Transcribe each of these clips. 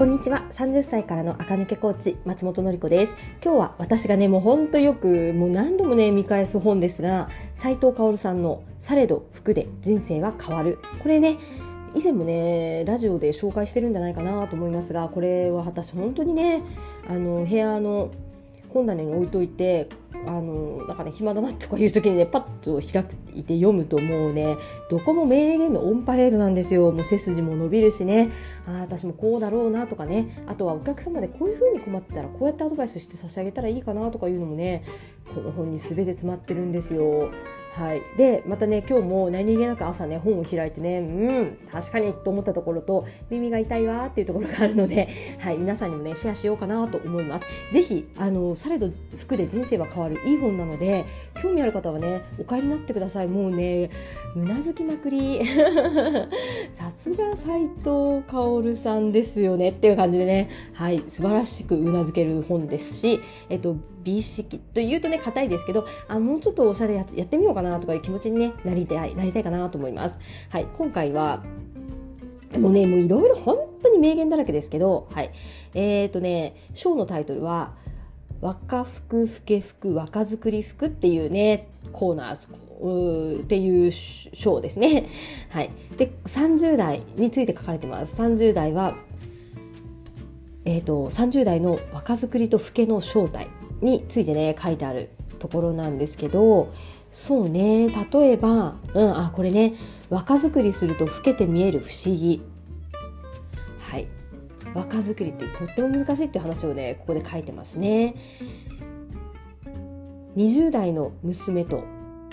こんにちは。30歳からの赤抜けコーチ松本のり子です。今日は私がねもうほんとよくもう何度もね見返す本ですが、斉藤薫さんのされど服で人生は変わる。これね以前もねラジオで紹介してるんじゃないかなと思いますが、これは私本当にね部屋の本棚に置いといてなんかね暇だなとかいう時にねパッと開いて読むと、もうねどこも名言のオンパレードなんですよ。もう背筋も伸びるしね、私もこうだろうなとかね、あとはお客様でこういう風に困ってたらこうやってアドバイスして差し上げたらいいかなとかいうのもねこの本に全て詰まってるんですよ。はい、でまたね今日も何気なく朝ね本を開いてね確かにと思ったところと耳が痛いわっていうところがあるので、はい、皆さんにもねシェアしようかなと思います。ぜひされど服で人生は変わるいい本なので、興味ある方はねお買いになってください。もうねうなずきまくりさすが斉藤薫さんですよねっていう感じでね、はい、素晴らしくうなずける本ですし、美意識というとね硬いですけど、もうちょっとおしゃれやってみようかなとかいう気持ちに、ね、なりたいかなと思います。はい、今回はもういろいろ本当に名言だらけですけど、はい、章のタイトルは若服、老け服、若作り服っていうねコーナーっていう章ですね。はい、で30代について書かれてます。30代は30代の若作りと老けの正体についてね書いてあるところなんですけど、そうね、例えば、これね、若作りすると老けて見える不思議。はい、若作りってとっても難しいっていう話をねここで書いてますね。20代の娘と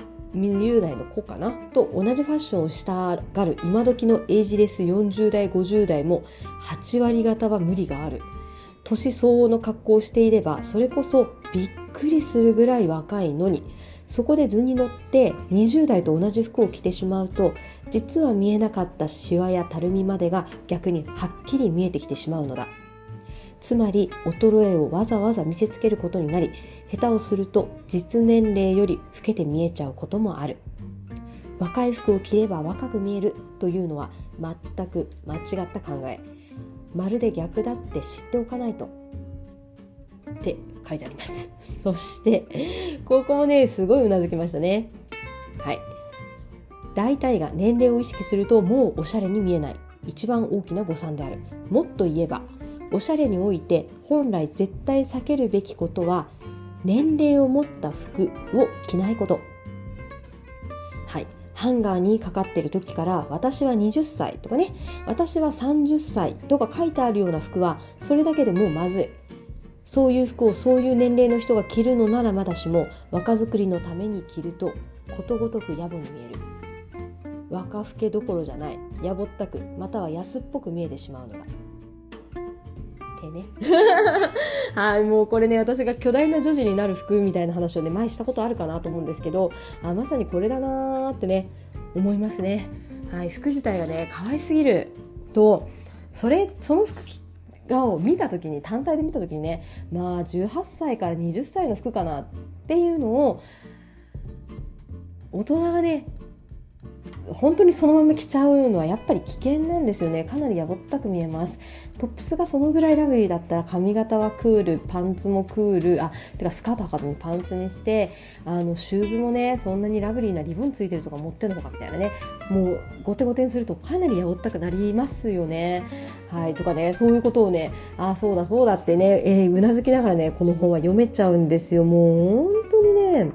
20代の子かなと同じファッションをしたがる今時のエイジレス40代50代も8割方は無理がある。年相応の格好をしていればそれこそびっくりするぐらい若いのに、そこで図に乗って20代と同じ服を着てしまうと、実は見えなかったシワやたるみまでが逆にはっきり見えてきてしまうのだ。つまり衰えをわざわざ見せつけることになり、下手をすると実年齢より老けて見えちゃうこともある。若い服を着れば若く見えるというのは全く間違った考え。まるで逆だって知っておかないとって書いてあります。そしてここもねすごいうなずきましたね。はい、大体が年齢を意識するともうおしゃれに見えない一番大きな誤算である。もっと言えばおしゃれにおいて本来絶対避けるべきことは年齢を持った服を着ないこと。はい、ハンガーにかかっている時から私は20歳とかね、私は30歳とか書いてあるような服はそれだけでもうまずい。そういう服をそういう年齢の人が着るのならまだしも、若作りのために着るとことごとく野暮に見える。若老けどころじゃない、やぼったくまたは安っぽく見えてしまうのだってねはい、もうこれね私が巨大な女児になる服みたいな話をね前したことあるかなと思うんですけど、まさにこれだなーってね思いますね。はい、服自体がね可愛すぎると、その服を見た時に単体で見た時にね、18歳から20歳の服かなっていうのを大人がね本当にそのまま着ちゃうのはやっぱり危険なんですよね。かなりやぼったく見えます。トップスがそのぐらいラブリーだったら髪型はクール、パンツもクール、てかスカートはかにパンツにして、シューズもねそんなにラブリーなリボンついてるとか持ってるのかみたいなね、もうゴテゴテにするとかなりやぼったくなりますよね。はい、とかね、そういうことをねそうだってね、うなずきながらねこの本は読めちゃうんですよ。もう本当にね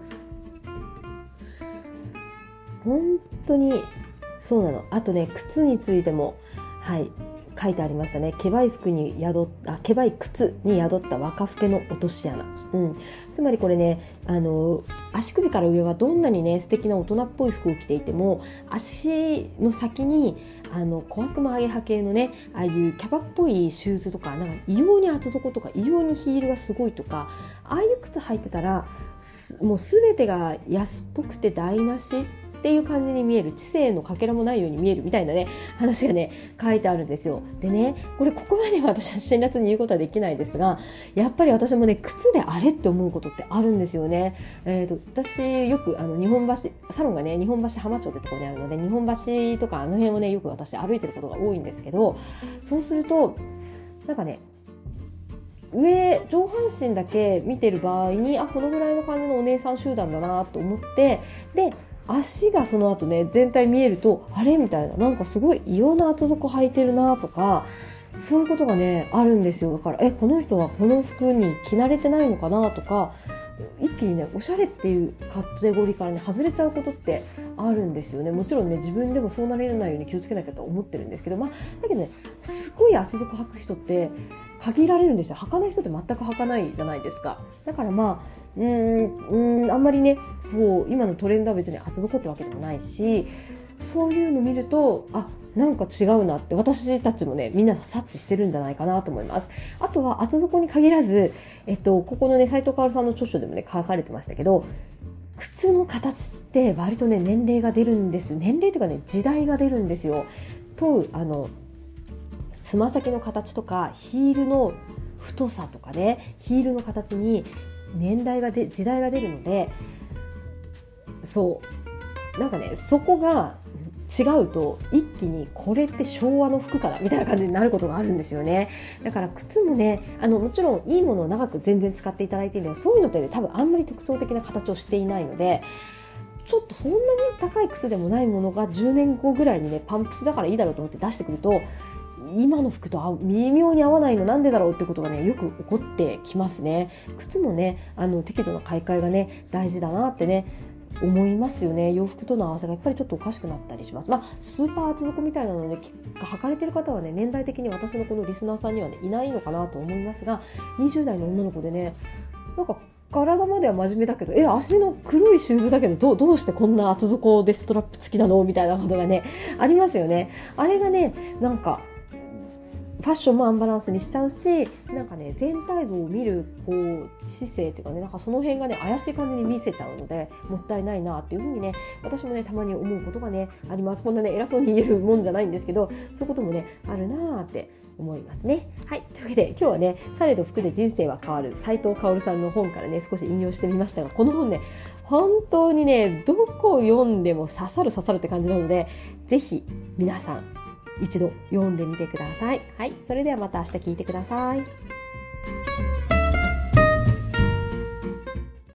本当にそうなの。あとね靴についても、はい、書いてありましたね。けばい靴に宿った若老けの落とし穴、つまりこれね足首から上はどんなにね素敵な大人っぽい服を着ていても、足の先に小悪魔アゲハ系のねああいうキャバっぽいシューズとか、なんか異様に厚底とか異様にヒールがすごいとか、ああいう靴履いてたらもう全てが安っぽくて台無しっていう感じに見える、知性のかけらもないように見えるみたいなね話がね書いてあるんですよ。でねここまでは私は辛辣に言うことはできないですが、やっぱり私もね靴であれって思うことってあるんですよね。私よく日本橋サロンがね日本橋浜町ってところにあるので、日本橋とか辺をねよく私歩いてることが多いんですけど、そうするとなんかね、上半身だけ見てる場合にこのぐらいの感じのお姉さん集団だなと思って、で足がその後ね全体見えるとあれみたいな、なんかすごい異様な厚底履いてるなとか、そういうことがねあるんですよ。だからこの人はこの服に着慣れてないのかなとか、一気にねおしゃれっていうカテゴリーからね外れちゃうことってあるんですよね。もちろんね自分でもそうなれないように気をつけなきゃと思ってるんですけど、だけどねすごい厚底履く人って限られるんですよ。履かない人って全く履かないじゃないですか。だからあんまりね、そう今のトレンドは別に厚底ってわけでもないし、そういうの見るとなんか違うなって私たちもねみんな察知してるんじゃないかなと思います。あとは厚底に限らず、ここのね斉藤薫さんの著書でもね書かれてましたけど、靴の形って割とね年齢が出るんです。年齢というかね時代が出るんですよ。つま先の形とかヒールの太さとかね、ヒールの形に時代が出るので、なんかねそこが違うと一気にこれって昭和の服かなみたいな感じになることがあるんですよね。だから靴もねもちろんいいものを長く全然使っていただいているので、そういうのってね多分あんまり特徴的な形をしていないので、ちょっとそんなに高い靴でもないものが10年後ぐらいにねパンプスだからいいだろうと思って出してくると、今の服と微妙に合わないのなんでだろうってことがねよく起こってきますね。靴もね適度な買い替えがね大事だなってね思いますよね。洋服との合わせがやっぱりちょっとおかしくなったりします。スーパー厚底みたいなので履かれてる方はね年代的に私のこのリスナーさんにはねいないのかなと思いますが、20代の女の子でねなんか体までは真面目だけど足の黒いシューズだけどどうしてこんな厚底でストラップ付きなのみたいなことがねありますよね。あれがねなんかファッションもアンバランスにしちゃうし、なんかね全体像を見る姿勢っていうかね、なんかその辺がね怪しい感じに見せちゃうのでもったいないなっていうふうにね私もねたまに思うことがねあります。こんなね偉そうに言えるもんじゃないんですけど、そういうこともねあるなって思いますね。はい、というわけで今日はねされど服で人生は変わる斉藤薫さんの本からね少し引用してみましたが、この本ね本当にねどこ読んでも刺さるって感じなので、ぜひ皆さん一度読んでみてください。はい、それではまた明日聞いてください。